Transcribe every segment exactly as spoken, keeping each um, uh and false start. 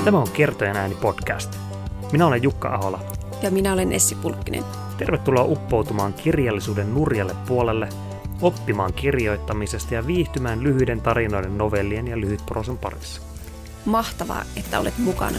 Tämä on Kertojen ääni podcast. Minä olen Jukka Ahola. Ja minä olen Essi Pulkkinen. Tervetuloa uppoutumaan kirjallisuuden nurjalle puolelle, oppimaan kirjoittamisesta ja viihtymään lyhyiden tarinoiden, novellien ja lyhytprosan parissa. Mahtavaa, että olet mukana.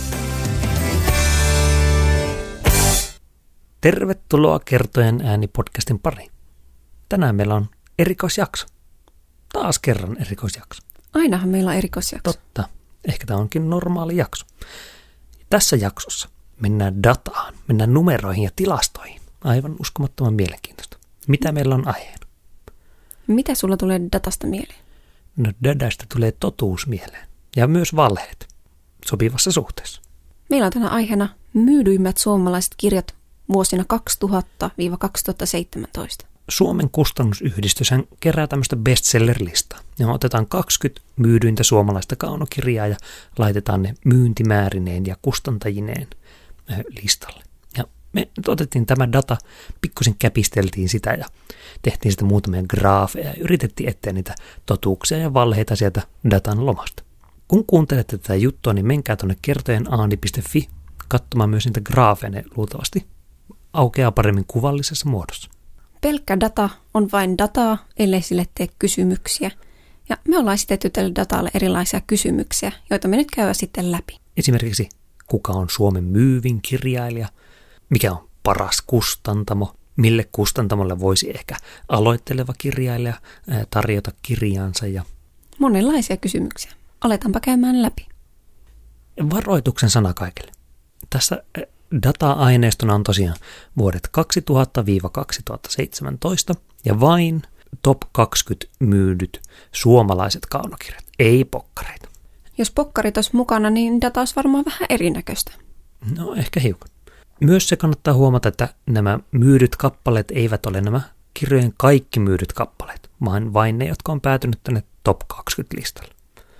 Tervetuloa Kertojen ääni podcastin pariin. Tänään meillä on erikoisjakso. Taas kerran erikoisjakso. Ainahan meillä on erikoisjakso. Totta. Ehkä tämä onkin normaali jakso. Tässä jaksossa mennään dataan, mennään numeroihin ja tilastoihin. Aivan uskomattoman mielenkiintoista. Mitä meillä on aiheena? Mitä sulla tulee datasta mieleen? No datasta tulee totuus mieleen. Ja myös valheet. Sopivassa suhteessa. Meillä on tänä aiheena myydyimmät suomalaiset kirjat vuosina kaksituhatta kaksituhattaseitsemäntoista. Suomen kustannusyhdistyshän kerää tämmöistä bestseller-listaa. Ja otetaan kaksikymmentä myydyintä suomalaista kaunokirjaa ja laitetaan ne myyntimäärineen ja kustantajineen listalle. Ja me otettiin tämä data, pikkusen käpisteltiin sitä ja tehtiin sitä muutamia graafeja ja yritettiin etsiä niitä totuuksia ja valheita sieltä datan lomasta. Kun kuuntelette tätä juttua, niin menkää tuonne kertojenaani piste fi katsomaan myös niitä graafeja, ne luultavasti aukeaa paremmin kuvallisessa muodossa. Pelkkä data on vain dataa, ellei sille tee kysymyksiä. Ja me ollaan esitetty tälle datalle erilaisia kysymyksiä, joita me nyt käydään sitten läpi. Esimerkiksi, kuka on Suomen myyvin kirjailija, mikä on paras kustantamo, mille kustantamolle voisi ehkä aloitteleva kirjailija tarjota kirjansa. Ja monenlaisia kysymyksiä. Aletaanpa käymään läpi. Varoituksen sana kaikille. Tässä data-aineistona on tosiaan vuodet kaksituhatta kaksituhattaseitsemäntoista ja vain top kaksikymmentä myydyt suomalaiset kaunokirjat, ei pokkareita. Jos pokkarit olisi mukana, niin data olisi varmaan vähän erinäköistä. No ehkä hiukan. Myös se kannattaa huomata, että nämä myydyt kappaleet eivät ole nämä kirjojen kaikki myydyt kappaleet, vaan vain ne, jotka on päätynyt tänne top kaksikymmentä listalle.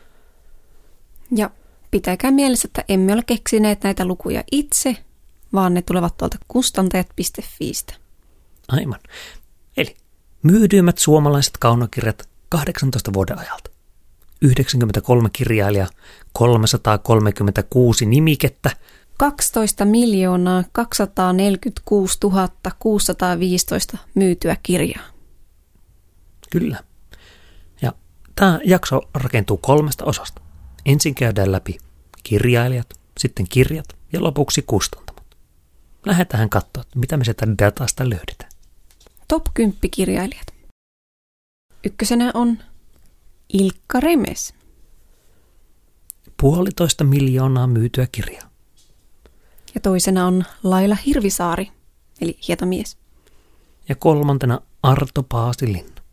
Ja pitäkää mielessä, että emme ole keksineet näitä lukuja itse, vaan ne tulevat tuolta kustantajat piste fiistä. Aivan. Eli myydyimmät suomalaiset kaunokirjat kahdeksantoista vuoden ajalta. yhdeksänkymmentäkolme kirjailijaa, kolmesataakolmekymmentäkuusi nimikettä. kaksitoista miljoonaa kaksisataaneljäkymmentäkuusituhatta kuusisataaviisitoista myytyä kirjaa. Kyllä. Ja tämä jakso rakentuu kolmesta osasta. Ensin käydään läpi kirjailijat, sitten kirjat ja lopuksi kustantamot. Lähdetään katsoa, mitä me sieltä datasta löydetään. Top kymmenen kirjailijat. Ykkösenä on Ilkka Remes. Puolitoista miljoonaa myytyä kirjaa. Ja toisena on Laila Hirvisaari, eli hietomies. Ja kolmantena Arto Paasilinna.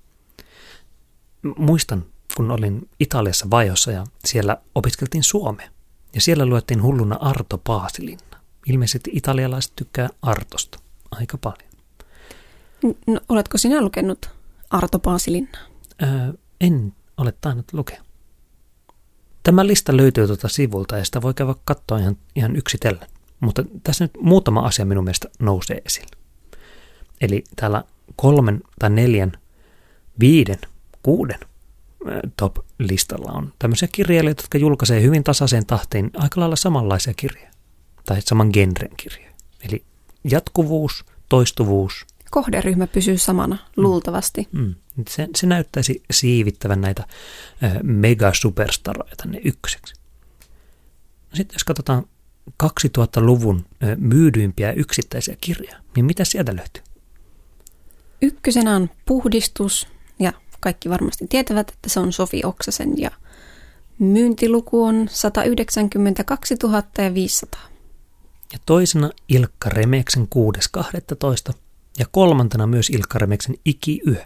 Muistan, kun olin Italiassa vajossa ja siellä opiskeltiin suomea. Ja siellä luettiin hulluna Arto Paasilinna. Ilmeisesti italialaiset tykkää Artosta aika paljon. No, oletko sinä lukenut Arto Paasilinnaa? Öö, en ole tainnut lukea. Tämä lista löytyy tuolta sivulta ja sitä voi käydä katsoa ihan, ihan yksitellen. Mutta tässä nyt muutama asia minun mielestä nousee esille. Eli täällä kolmen tai neljän, viiden, kuuden top-listalla on tämmöisiä kirjailijoita, jotka julkaisee hyvin tasaiseen tahtiin aika lailla samanlaisia kirjoja. Tai saman genren kirjoja. Eli jatkuvuus, toistuvuus. Kohderyhmä pysyy samana, luultavasti. Mm. Se, se näyttäisi siivittävän näitä ö, mega-superstaroja tänne ykköseksi. Sitten jos katsotaan kaksituhattaluvun ö, myydyimpiä yksittäisiä kirjoja, niin mitä sieltä löytyy? Ykkösenä on Puhdistus, ja kaikki varmasti tietävät, että se on Sofi Oksasen, ja myyntiluku on sata yhdeksänkymmentäkaksituhatta viisisataa. Ja toisena Ilkka Remeksen kuudes kahdestoista ja kolmantena myös Ilkka Remeksen Ikiyö.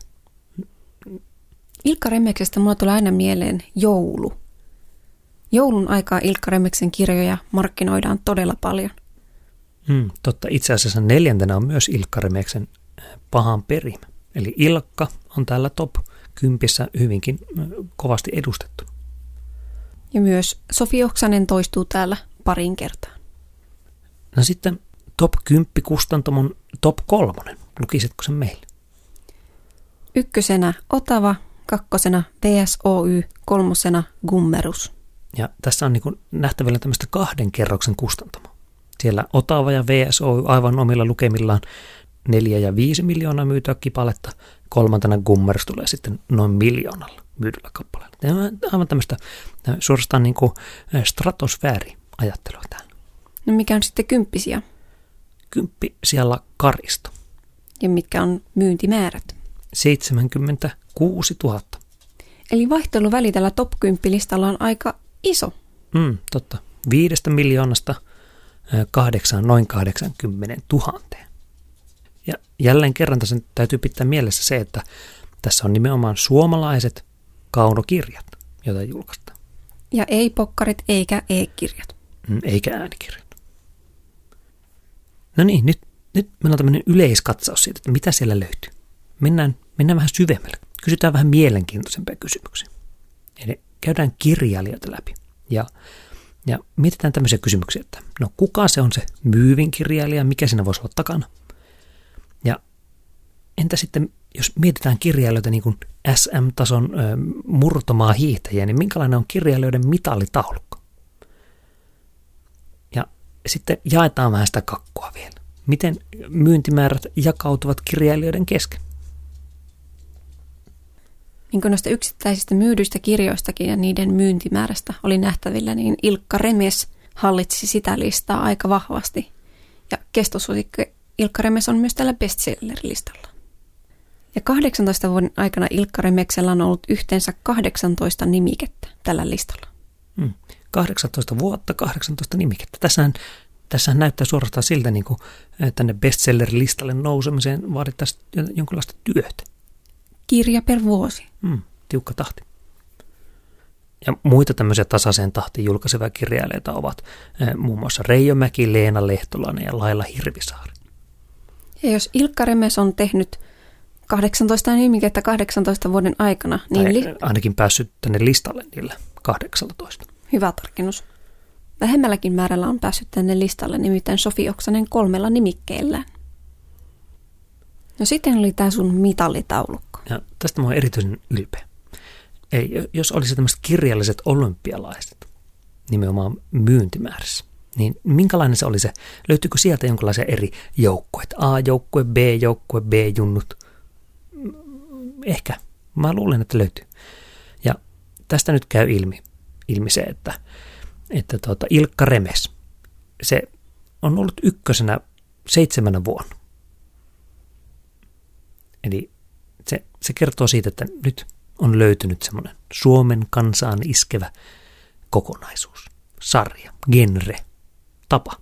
Ilkka Remeksestä mulla tulee aina mieleen joulu. Joulun aikaa Ilkka Remeksen kirjoja markkinoidaan todella paljon. Hmm, totta, itse asiassa neljäntenä on myös Ilkka Remeksen Pahan perimä. Eli Ilkka on täällä top kympissä hyvinkin kovasti edustettu. Ja myös Sofi Oksanen toistuu täällä parin kertaan. No sitten top kymmenen kustantamon top kolmonen. Lukisitko sen meille? Ykkösenä Otava, kakkosena V S O Y, kolmosena Gummerus. Ja tässä on niin kuin nähtävillä tämmöistä kahden kerroksen kustantamoa. Siellä Otava ja V S O aivan omilla lukemillaan neljä ja viisi miljoonaa myytyä kipaletta. Kolmantena Gummers tulee sitten noin miljoonalla myydyllä kappaleella. Tämä on aivan tämmöistä suorastaan niin kuin stratosfääri-ajattelua täällä. No mikä on sitten kymppisiä? Kymppi siellä Karisto. Ja mitkä on myyntimäärät? seitsemänkymmentäkuusituhatta. Eli vaihteluväli tällä top kymmenen listalla on aika iso. Mm, totta. Viidestä miljoonasta kahdeksaan, noin kahdeksankymmentä tuhanteen. Ja jälleen kerran tässä täytyy pitää mielessä se, että tässä on nimenomaan suomalaiset kaunokirjat, joita julkaistaan. Ja ei pokkarit eikä e-kirjat. Mm, eikä äänikirjat. No niin, nyt, nyt meillä on tämmöinen yleiskatsaus siitä, että mitä siellä löytyy. Mennään, mennään vähän syvemmälle. Kysytään vähän mielenkiintoisempia kysymyksiä. Eli käydään kirjailijoita läpi. Ja, ja mietitään tämmöisiä kysymyksiä, että no kuka se on se myyvin kirjailija, mikä siinä voisi olla takana? Ja entä sitten, jos mietitään kirjailijoita niin kuin S M-tason ö, murtomaa hiihtäjiä, niin minkälainen on kirjailijoiden mitallitaulukko? Ja sitten jaetaan vähän sitä kakkua vielä. Miten myyntimäärät jakautuvat kirjailijoiden kesken? Niin kuin noista yksittäisistä myydyistä kirjoistakin ja niiden myyntimäärästä oli nähtävillä, niin Ilkka Remes hallitsi sitä listaa aika vahvasti. Ja kestosuosikko Ilkka Remes on myös tällä bestseller-listalla. Ja kahdeksantoista vuoden aikana Ilkka Remeksellä on ollut yhteensä kahdeksantoista nimikettä tällä listalla. Hmm. kahdeksantoista vuotta, kahdeksantoista nimikettä. Tässähän, tässähän näyttää suorastaan siltä, niin kuin tänne bestseller-listalle nousemiseen vaadittaisiin jonkinlaista työtä. Kirja per vuosi. Hmm. Tiukka tahti. Ja muita tämmöisiä tasaiseen tahtiin julkaisevia kirjailijoita ovat eh, muun muassa Reijo Mäki, Leena Lehtolainen ja Laila Hirvisaari. Ja jos Ilkka Remes on tehnyt kahdeksantoista nimikettä kahdeksantoista vuoden aikana, niin tai li- ainakin päässyt tänne listalle niillä kahdeksallatoista. Hyvä tarkennus. Vähemmälläkin määrällä on päässyt tänne listalle, nimittäin Sofi Oksanen kolmella nimikkeellään. No sitten oli tämä sun mitallitaulukko. Ja tästä mä oon erityisen ylpeä. Ei, jos olisi tämmöiset kirjalliset olympialaiset nimenomaan myyntimäärässä, niin minkälainen se oli se? Löytyykö sieltä jonkinlaisia eri joukkueita? A-joukkue, B-joukkue, B-junnut? Ehkä. Mä luulen, että löytyy. Ja tästä nyt käy ilmi, ilmi se, että, että tuota, Ilkka Remes, se on ollut ykkösenä seitsemänä vuonna. Eli se, se kertoo siitä, että nyt on löytynyt semmoinen Suomen kansaan iskevä kokonaisuus, sarja, genre, tapa.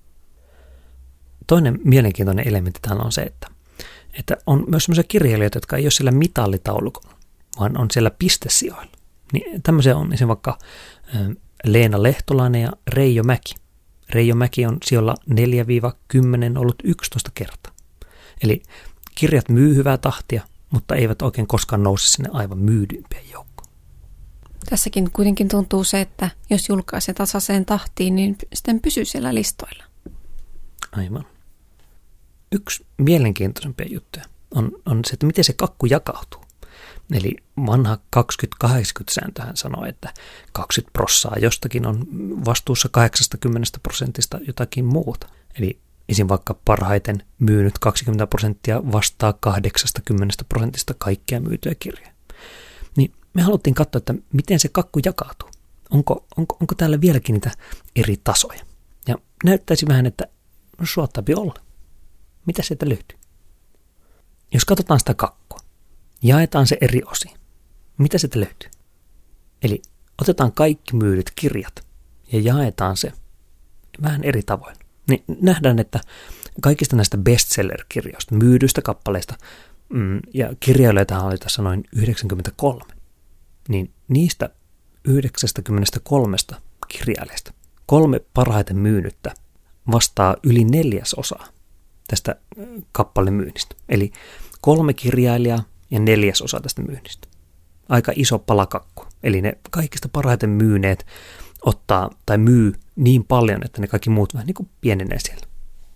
Toinen mielenkiintoinen elementti täällä on se, että, että on myös sellaisia kirjailijoita, jotka ei ole siellä mitallitaulukolla, vaan on siellä pistesijoilla. Niin tämmöisiä on esimerkiksi vaikka Leena Lehtolainen ja Reijo Mäki. Reijo Mäki on sijoilla neljä kymmenen ollut yksitoista kertaa. Eli kirjat myy hyvää tahtia, mutta eivät oikein koskaan nouse sinne aivan myydyimpien joukkoon. Tässäkin kuitenkin tuntuu se, että jos julkaisee tasaiseen tahtiin, niin sitten pysyy siellä listoilla. Aivan. Yksi mielenkiintoisempia juttuja on, on se, että miten se kakku jakautuu. Eli vanha kaksikymmentä kahdeksankymmentä-sääntöhän sanoo, että kaksikymmentä prossaa jostakin on vastuussa kahdeksankymmentä prosentista jotakin muuta. Eli esim. Vaikka parhaiten myynyt kaksikymmentä prosenttia vastaa kahdeksankymmentä prosentista kaikkia myytyjä kirjoja. Niin me haluttiin katsoa, että miten se kakku jakautuu. Onko, onko, onko täällä vieläkin niitä eri tasoja? Ja näyttäisi vähän, että no suottaapi olla. Mitä sieltä löytyy? Jos katsotaan sitä kakkua, jaetaan se eri osiin. Mitä sieltä löytyy? Eli otetaan kaikki myydyt kirjat ja jaetaan se vähän eri tavoin. Niin nähdään, että kaikista näistä bestseller-kirjoista, myydyistä kappaleista, mm, ja kirjailijoitahan oli tässä noin yhdeksänkymmentäkolme, niin niistä yhdeksänkymmentäkolme kirjailijasta kolme parhaiten myynyttä vastaa yli neljäsosaa tästä kappalemyynnistä. Eli kolme kirjailijaa ja neljäsosa tästä myynnistä. Aika iso pala kakkua. Eli ne kaikista parhaiten myyneet ottaa tai myy niin paljon, että ne kaikki muut vähän niin kuin pienenee siellä.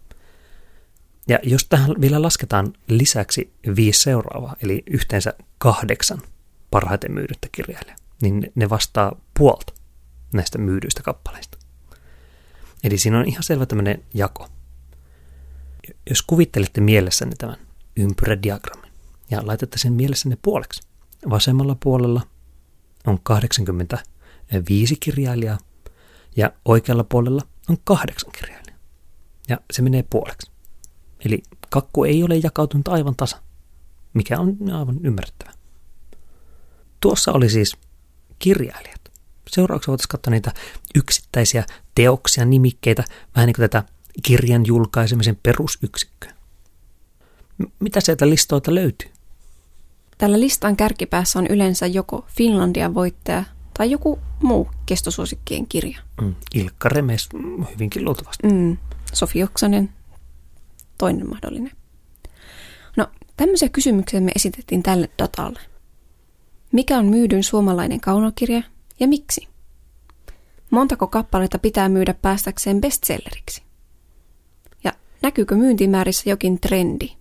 Ja jos tähän vielä lasketaan lisäksi viisi seuraavaa, eli yhteensä kahdeksan parhaiten myydyttä kirjailijaa, niin ne vastaa puolta näistä myydyistä kappaleista. Eli siinä on ihan selvä tämmöinen jako. Jos kuvittelette mielessänne tämän ympyrädiagrammin ja laitatte sen mielessänne puoleksi, vasemmalla puolella on kahdeksankymmentäviisi kirjailijaa ja oikealla puolella on kahdeksan kirjailijaa. Ja se menee puoleksi. Eli kakku ei ole jakautunut aivan tasan, mikä on aivan ymmärrettävää. Tuossa oli siis kirjailijat. Seuraavaksi voitaisiin katsoa niitä yksittäisiä teoksia, nimikkeitä, vähän niin kuin tätä kirjan julkaisemisen perusyksikköä. Mitä sieltä listoilta löytyy? Tällä listan kärkipäässä on yleensä joko Finlandia voittaja tai joku muu kestosuosikkien kirja. Mm, Ilkka Remes hyvinkin luultavasti. Mm, Sofi Oksanen, toinen mahdollinen. No, tämmöisiä kysymyksiä me esitettiin tälle datalle. Mikä on myydyn suomalainen kaunokirja ja miksi? Montako kappaletta pitää myydä päästäkseen bestselleriksi? Ja näkyykö myyntimäärissä jokin trendi?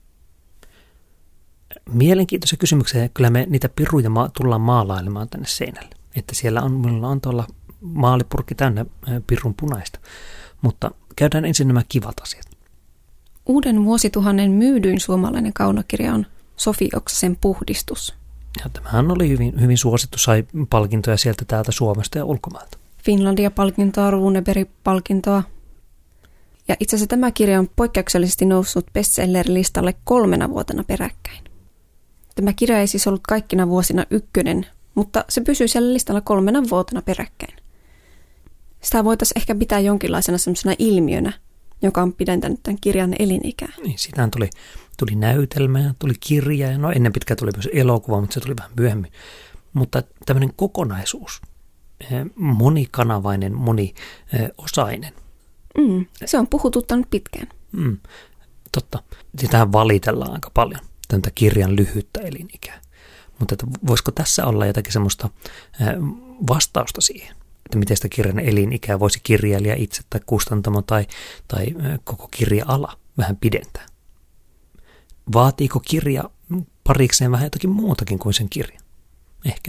Mielenkiintoisia kysymyksiä. Kyllä me niitä piruja ma- tullaan maalailemaan tänne seinälle. Että siellä on, minulla on tuolla maalipurkki täynnä pirun punaista. Mutta käydään ensin nämä kivat asiat. Uuden vuosituhannen myydyin suomalainen kaunokirja on Sofi Oksasen Puhdistus. Ja tämähän oli hyvin, hyvin suosittu, sai palkintoja sieltä täältä Suomesta ja ulkomailta. Finlandia-palkintoa, Runeberg-palkintoa. Ja itse asiassa tämä kirja on poikkeuksellisesti noussut bestseller-listalle kolmena vuotena peräkkäin. Tämä kirja ei siis ollut kaikkina vuosina ykkönen, mutta se pysyy siellä listalla kolmena vuotena peräkkäin. Sitä voitaisiin ehkä pitää jonkinlaisena semmoisena ilmiönä, joka on pidentänyt tämän kirjan elinikää. Niin, siitähän tuli, tuli näytelmä ja tuli kirja ja no ennen pitkään tuli myös elokuva, mutta se tuli vähän myöhemmin. Mutta tämmöinen kokonaisuus, monikanavainen, moniosainen. Mm, se on puhututtanut pitkään. Mm, totta. Sitähän valitellaan aika paljon, tätä kirjan lyhyttä elinikää. Mutta että voisiko tässä olla jotakin semmoista vastausta siihen, että miten sitä kirjan elinikää voisi kirjailija itse tai kustantamo tai, tai koko kirja-ala vähän pidentää? Vaatiiko kirja parikseen vähän jotakin muutakin kuin sen kirja? Ehkä.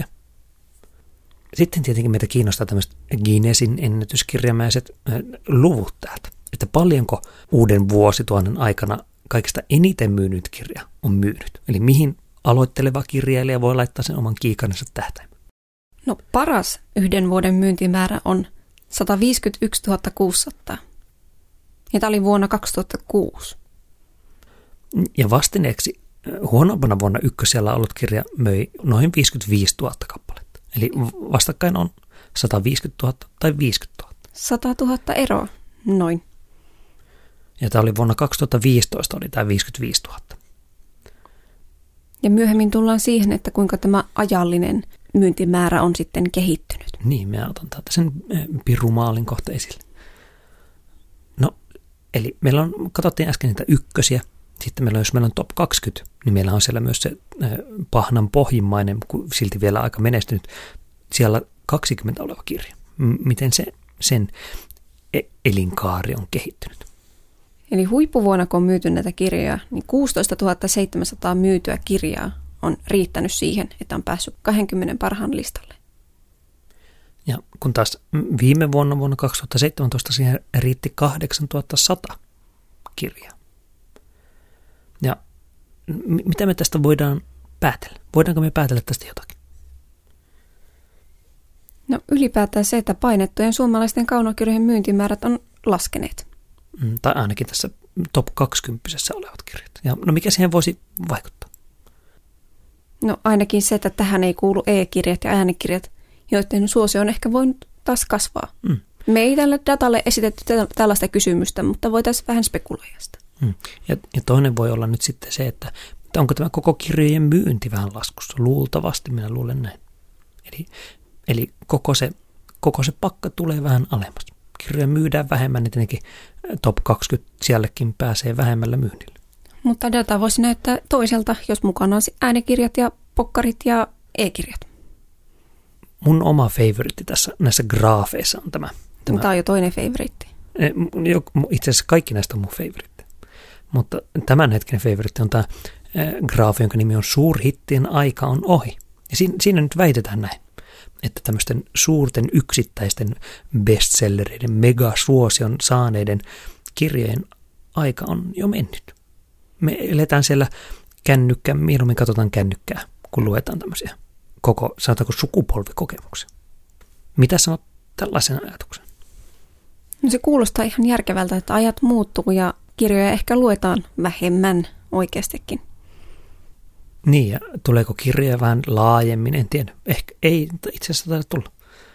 Sitten tietenkin meitä kiinnostaa tämmöiset Guinnessin ennätyskirjamäiset luvut täältä, että paljonko uuden vuosituhannen aikana kaikista eniten myynyt kirja on myynyt. Eli mihin aloitteleva kirjailija voi laittaa sen oman kiikansa tähtäimen. No paras yhden vuoden myyntimäärä on sata viisikymmentäyksituhatta kuusisataa. Ja tämä oli vuonna kaksituhattakuusi. Ja vastineeksi huonompana vuonna ykkösellä ollut kirja möi noin viisikymmentäviisituhatta kappaletta. Eli vastakkain on sata viisikymmentätuhatta tai viisikymmentätuhatta. sata tuhatta eroa, noin. Ja tämä oli vuonna kaksituhattaviisitoista oli tämä viisikymmentäviisituhatta. Ja myöhemmin tullaan siihen, että kuinka tämä ajallinen myyntimäärä on sitten kehittynyt. Niin, mä otan täältä sen pirumaalin kohta esille. No, eli meillä on, katsottiin äsken niitä ykkösiä. Sitten meillä on, jos meillä on top kaksikymmentä, niin meillä on siellä myös se pahnan pohjimmainen, silti vielä aika menestynyt, siellä kaksikymmentä oleva kirja. Miten se, sen elinkaari on kehittynyt? Eli huippuvuonna, kun on myyty näitä kirjoja, niin kuusitoistatuhatta seitsemänsataa myytyä kirjaa on riittänyt siihen, että on päässyt kaksikymmentä parhaan listalle. Ja kun taas viime vuonna, vuonna kaksituhattaseitsemäntoista, siihen riitti kahdeksantuhatta sata kirjaa. Ja mitä me tästä voidaan päätellä? Voidaanko me päätellä tästä jotakin? No ylipäätään se, että painettujen suomalaisten kaunokirjojen myyntimäärät on laskeneet. Mm, tai ainakin tässä top kaksikymmentä olevat kirjat. Ja no mikä siihen voisi vaikuttaa? No ainakin se, että tähän ei kuulu e-kirjat ja äänikirjat, joiden suosio on ehkä voinut taas kasvaa. Mm. Me ei tälle datalle esitetty tällaista kysymystä, mutta voitaisiin vähän spekuloida sitä. Mm. Ja, ja toinen voi olla nyt sitten se, että onko tämä koko kirjojen myynti vähän laskussa. Luultavasti minä luulen näin. Eli, eli koko, se, koko se pakka tulee vähän alemmas. Kirjoja myydään vähemmän, niin tietenkin top kaksikymmentä sielläkin pääsee vähemmällä myynnillä. Mutta data voisi näyttää toiselta, jos mukana on äänikirjat ja pokkarit ja e-kirjat. Mun oma favoritti tässä näissä graafeissa on tämä. Tämä, tämä on jo toinen favoritti. Itse asiassa kaikki näistä on mun favoritti. Mutta tämänhetkinen favoritti on tämä graafi, jonka nimi on Suurhittien aika on ohi. Ja siinä, siinä nyt väitetään näin. että tämmöisten suurten yksittäisten bestsellereiden, megasuosion saaneiden kirjojen aika on jo mennyt. Me eletään siellä kännykkää, mieluummin katsotaan kännykkää, kun luetaan tämmöisiä koko, sanotaanko sukupolvikokemuksia. Mitä sanot tällaisen ajatuksen? No se kuulostaa ihan järkevältä, että ajat muuttuu ja kirjoja ehkä luetaan vähemmän oikeastikin. Niin, ja tuleeko kirjoja vähän laajemmin, en tiedä. Ehkä ei itse asiassa taida tulla.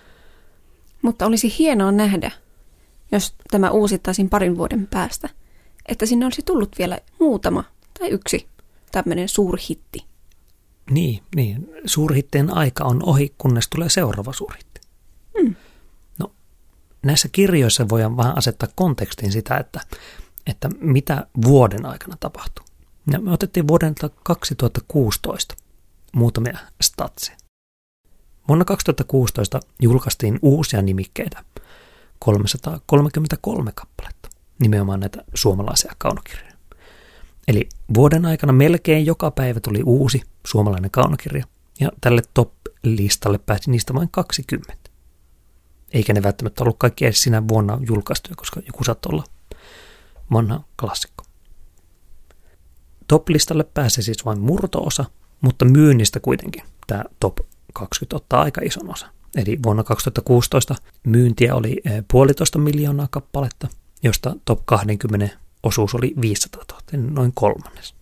Mutta olisi hienoa nähdä, jos tämä uusittaisiin parin vuoden päästä, että sinne olisi tullut vielä muutama tai yksi tämmöinen suurhitti. Niin, niin. Suurhittien aika on ohi, kunnes tulee seuraava suurhitti. Mm. No, näissä kirjoissa voidaan vähän asettaa kontekstiin sitä, että, että mitä vuoden aikana tapahtuu. Ja me otettiin vuodelta kaksituhattakuusitoista muutamia statseja. Vuonna kaksituhattakuusitoista julkaistiin uusia nimikkeitä, kolmesataakolmekymmentäkolme kappaletta, nimenomaan näitä suomalaisia kaunokirjoja. Eli vuoden aikana melkein joka päivä tuli uusi suomalainen kaunokirja, ja tälle top-listalle pääsi niistä vain kaksikymmentä. Eikä ne välttämättä ollut kaikki edes sinä vuonna julkaistuja, koska joku saattoi olla vanha klassikko. Top-listalle pääsi siis vain murto-osa, mutta myynnistä kuitenkin tämä top kaksikymmentä ottaa aika ison osan. Eli vuonna kaksituhattakuusitoista myyntiä oli puolitoista miljoonaa kappaletta, josta top kaksikymmentä osuus oli viisisataatuhatta, noin kolmannes.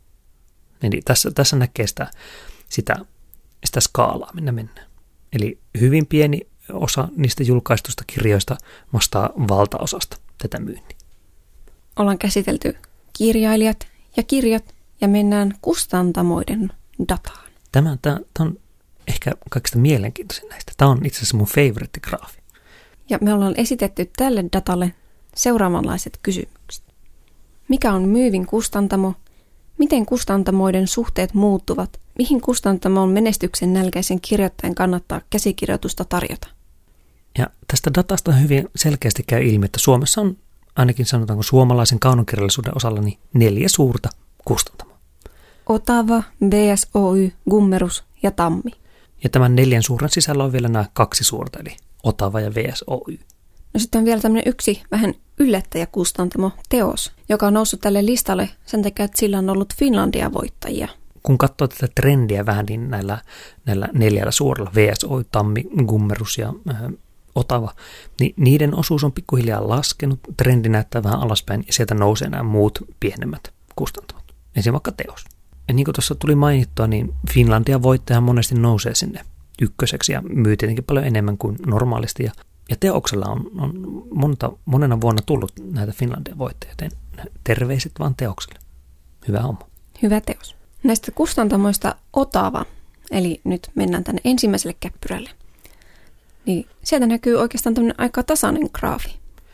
Eli tässä, tässä näkee sitä, sitä, sitä skaalaa, minne mennään. Eli hyvin pieni osa niistä julkaistusta kirjoista vastaa valtaosasta tätä myyntiä. Ollaan käsitelty kirjailijat ja kirjat ja mennään kustantamoiden dataan. Tämä, tämä, tämä on ehkä kaikista mielenkiintoisin näistä. Tämä on itse asiassa mun favorite-graafi. Ja me ollaan esitetty tälle datalle seuraavanlaiset kysymykset. Mikä on myyvin kustantamo? Miten kustantamoiden suhteet muuttuvat? Mihin kustantamon menestyksen nälkäisen kirjoittajan kannattaa käsikirjoitusta tarjota? Ja tästä datasta hyvin selkeästi käy ilmi, että Suomessa on ainakin sanotaanko suomalaisen kaunokirjallisuuden osalla niin neljä suurta kustantamoa. Otava, V S O Y, Gummerus ja Tammi. Ja tämän neljän suuren sisällä on vielä nämä kaksi suurta, eli Otava ja V S O Y. No sitten on vielä tämmöinen yksi vähän yllättäjäkustantamo, Teos, joka on noussut tälle listalle sen takia, että sillä on ollut Finlandia-voittajia. Kun katsoo tätä trendiä vähän, niin näillä, näillä neljällä suurella, V S O Y, Tammi, Gummerus ja äh, Otava, niin niiden osuus on pikkuhiljaa laskenut, trendi näyttää vähän alaspäin ja sieltä nousee nämä muut pienemmät kustantamot. Esimerkiksi vaikka Teos. Ja niin kuin tuossa tuli mainittua, niin Finlandia voittaja monesti nousee sinne ykköseksi ja myy tietenkin paljon enemmän kuin normaalisti. Ja, ja Teoksella on, on monta, monena vuonna tullut näitä Finlandia voittajia, joten terveiset vaan Teokselle. Hyvä homma. Hyvä Teos. Näistä kustantamoista Otava, eli nyt mennään tänne ensimmäiselle käppyrälle, niin sieltä näkyy oikeastaan tämmöinen aika tasainen graafi.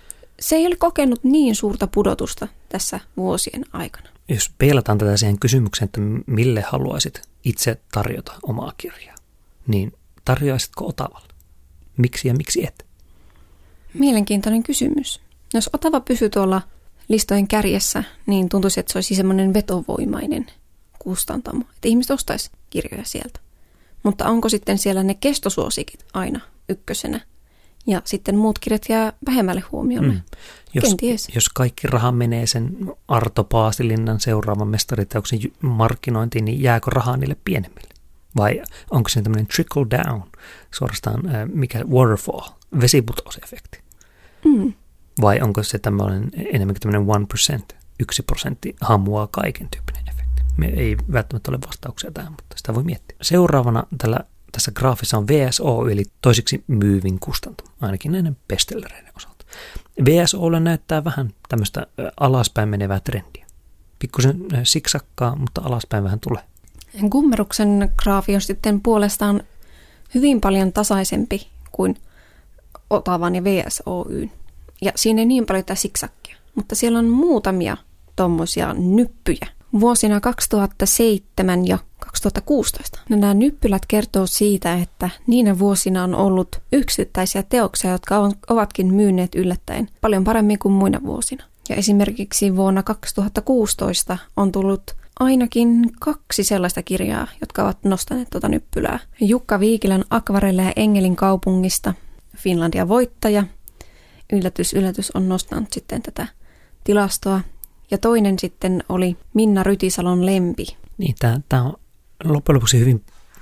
Se ei ole kokenut niin suurta pudotusta tässä vuosien aikana. Jos peilataan tätä siihen kysymykseen, että mille haluaisit itse tarjota omaa kirjaa, niin tarjoaisitko Otavalle? Miksi ja miksi et? Mielenkiintoinen kysymys. Jos Otava pysyy tuolla listojen kärjessä, niin tuntuisi, että se olisi semmoinen vetovoimainen kustantamo, että ihmiset ostaisi kirjoja sieltä. Mutta onko sitten siellä ne kestosuosikit aina ykkösenä? Ja sitten muut kirjat jää vähemmälle huomiolle. Mm. Jos, Kenties. jos kaikki raha menee sen Arto Paasilinnan seuraavan mestariteoksen markkinointiin, niin jääkö rahaa niille pienemmille? Vai onko se tämmöinen trickle down, suorastaan mikä waterfall, vesiputosefekti? Mm. Vai onko se tämmöinen enemmänkin tämmöinen one percent, yksi prosentti hamuaa kaiken tyyppinen efekti? Me ei välttämättä ole vastauksia tähän, mutta sitä voi miettiä. Seuraavana tällä tässä graafissa on V S O Y, eli toiseksi myyvin kustantamo, ainakin näiden bestsellereiden osalta. V S O:lle näyttää vähän tämmöistä alaspäin menevää trendiä. Pikkusen siksakkaa, mutta alaspäin vähän tulee. Gummeruksen graafi on sitten puolestaan hyvin paljon tasaisempi kuin Otavan ja V S O Y:n. Ja siinä ei niin paljon tätä siksakkia, mutta siellä on muutamia tommosia nyppyjä. Vuosina kaksituhattaseitsemän ja kaksituhattakuusitoista. Nämä nyppylät kertoo siitä, että niinä vuosina on ollut yksittäisiä teoksia, jotka on, ovatkin myyneet yllättäen paljon paremmin kuin muina vuosina. Ja esimerkiksi vuonna kaksituhattakuusitoista on tullut ainakin kaksi sellaista kirjaa, jotka ovat nostaneet tuota nyppylää. Jukka Viikilän Akvarelleja Engelin kaupungista, Finlandia voittaja. Yllätys, yllätys on nostanut sitten tätä tilastoa. Ja toinen sitten oli Minna Rytisalon Lempi. Niin, tämä on loppujen lopuksi hyvin,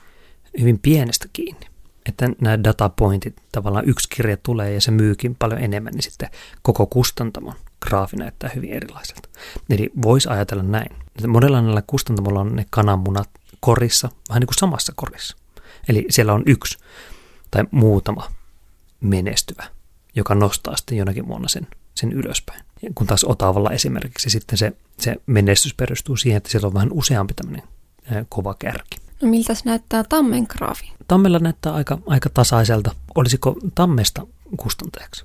hyvin pienestä kiinni. Että nämä datapointit, tavallaan yksi kirja tulee ja se myykin paljon enemmän, niin sitten koko kustantamon graafi näyttää hyvin erilaiselta. Eli voisi ajatella näin. Että monella näillä kustantamolla on ne kananmunat korissa, vähän niin kuin samassa korissa. Eli siellä on yksi tai muutama menestyvä, joka nostaa sitten jonakin vuonna sen, sen ylöspäin. Ja kun taas Otavalla esimerkiksi sitten se, se menestys perustuu siihen, että siellä on vähän useampi tämmöinen ää, kova kärki. No miltäs näyttää Tammen graafi? Tammella näyttää aika, aika tasaiselta. Olisiko Tammesta kustantajaksi?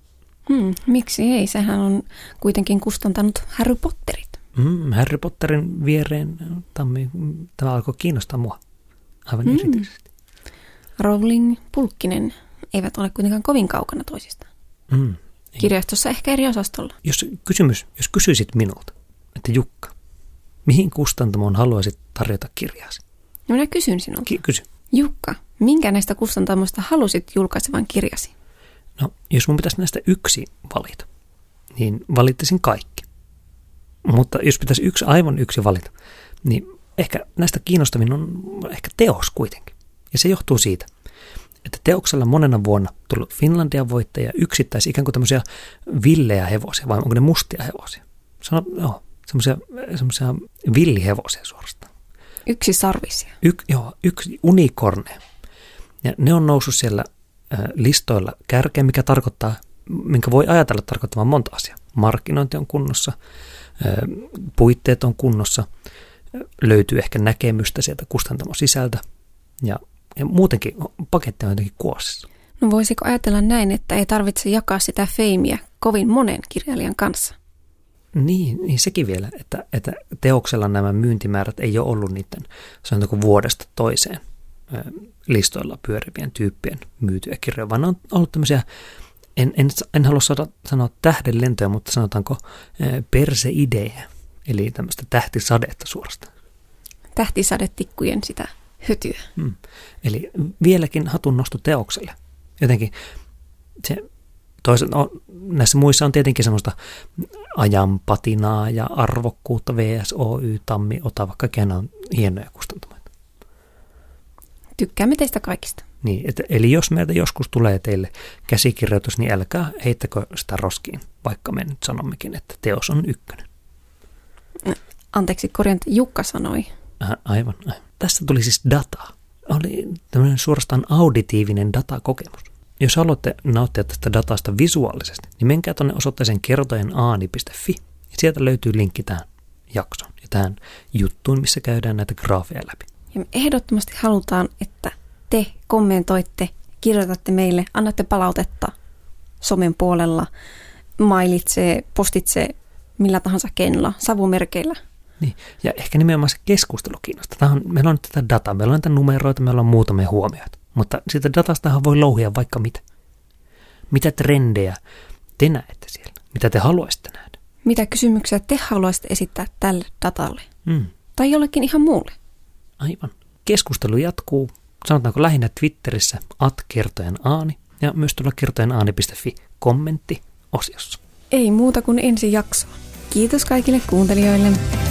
Hmm, miksi ei? Sehän on kuitenkin kustantanut Harry Potterit. Mm, Harry Potterin viereen Tammi, tämä alkoi kiinnostaa mua aivan mm. erityisesti. Rowling, Pulkkinen eivät ole kuitenkaan kovin kaukana toisistaan. Mm, Kirjastossa ehkä eri osastolla. Jos, kysymys, jos kysyisit minulta, että Jukka, mihin kustantamoon haluaisit tarjota kirjaasi? No minä kysyn sinulta. Ki- kysy. Jukka, minkä näistä kustantamoista halusit julkaisevan kirjasi? No, jos mun pitäisi näistä yksi valita, niin valittisin kaikki. Mutta jos pitäisi yksi, aivan yksi valita, niin ehkä näistä kiinnostavin on ehkä teos kuitenkin. Ja se johtuu siitä, että teoksella monena vuonna tullut Finlandian voittaja yksittäisi ikään kuin tämmöisiä villejä hevosia, vai onko ne mustia hevosia? Sano, joo, semmoisia, semmoisia villihevosia suorastaan. Yksi sarvisia. Yk, joo, yksi unikorneja. Ja ne on noussut siellä äh, listoilla kärkeen, mikä tarkoittaa, minkä voi ajatella tarkoittamaan monta asiaa. Markkinointi on kunnossa, äh, puitteet on kunnossa, äh, löytyy ehkä näkemystä sieltä kustantamon sisältä ja, ja muutenkin paketti on jotenkin kuosissa. No voisiko ajatella näin, että ei tarvitse jakaa sitä feimiä kovin monen kirjailijan kanssa? Niin, niin sekin vielä, että, että teoksella nämä myyntimäärät ei ole ollut niiden, sanotaanko vuodesta toiseen listoilla pyörivien tyyppien myytyjä kirjoja, vaan ne on ollut tämmöisiä, en, en, en halua saada, sanoa tähdenlentoja, mutta sanotaanko perseidejä, eli tämmöistä tähtisadetta suorastaan. Tähtisadetikkujen sitä hötyä. Hmm. Eli vieläkin hatun nosto teokselle. Jotenkin se toisaalta no, näissä muissa on tietenkin semmoista ajanpatinaa ja arvokkuutta, V S O Y, Tammi, Otava, kaikki on hienoja kustantamoita. Tykkäämme teistä kaikista. Niin, et, eli jos meiltä joskus tulee teille käsikirjoitus, niin älkää heittäkö sitä roskiin, vaikka me nyt sanommekin, että teos on ykkönen. Anteeksi, korjaan, Jukka sanoi. Äh, aivan, aivan. Tässä tuli siis dataa. Oli tämmöinen suorastaan auditiivinen datakokemus. Jos haluatte nauttia tästä datasta visuaalisesti, niin menkää tuonne osoitteeseen kertojenaani piste fi. Ja sieltä löytyy linkki tähän jaksoon ja tähän juttuun, missä käydään näitä graafeja läpi. Ja me ehdottomasti halutaan, että te kommentoitte, kirjoitatte meille, annatte palautetta somen puolella, mailitse, postitse, millä tahansa keinolla, savumerkeillä. Niin, ja ehkä nimenomaan se keskustelu kiinnostaa. Tämähän, meillä on nyt tätä dataa, meillä on näitä numeroita, meillä on muutamia huomioita. Mutta siitä datastahan voi louhia vaikka mitä. Mitä trendejä te näette siellä? Mitä te haluaisitte nähdä? Mitä kysymyksiä te haluaisitte esittää tälle datalle? Mm. Tai jollekin ihan muulle? Aivan. Keskustelu jatkuu, sanotaanko lähinnä Twitterissä at kertojen aani ja myös tuolla kertojenaani piste fi kommentti-osiossa. Ei muuta kuin ensi jaksoon. Kiitos kaikille kuuntelijoille.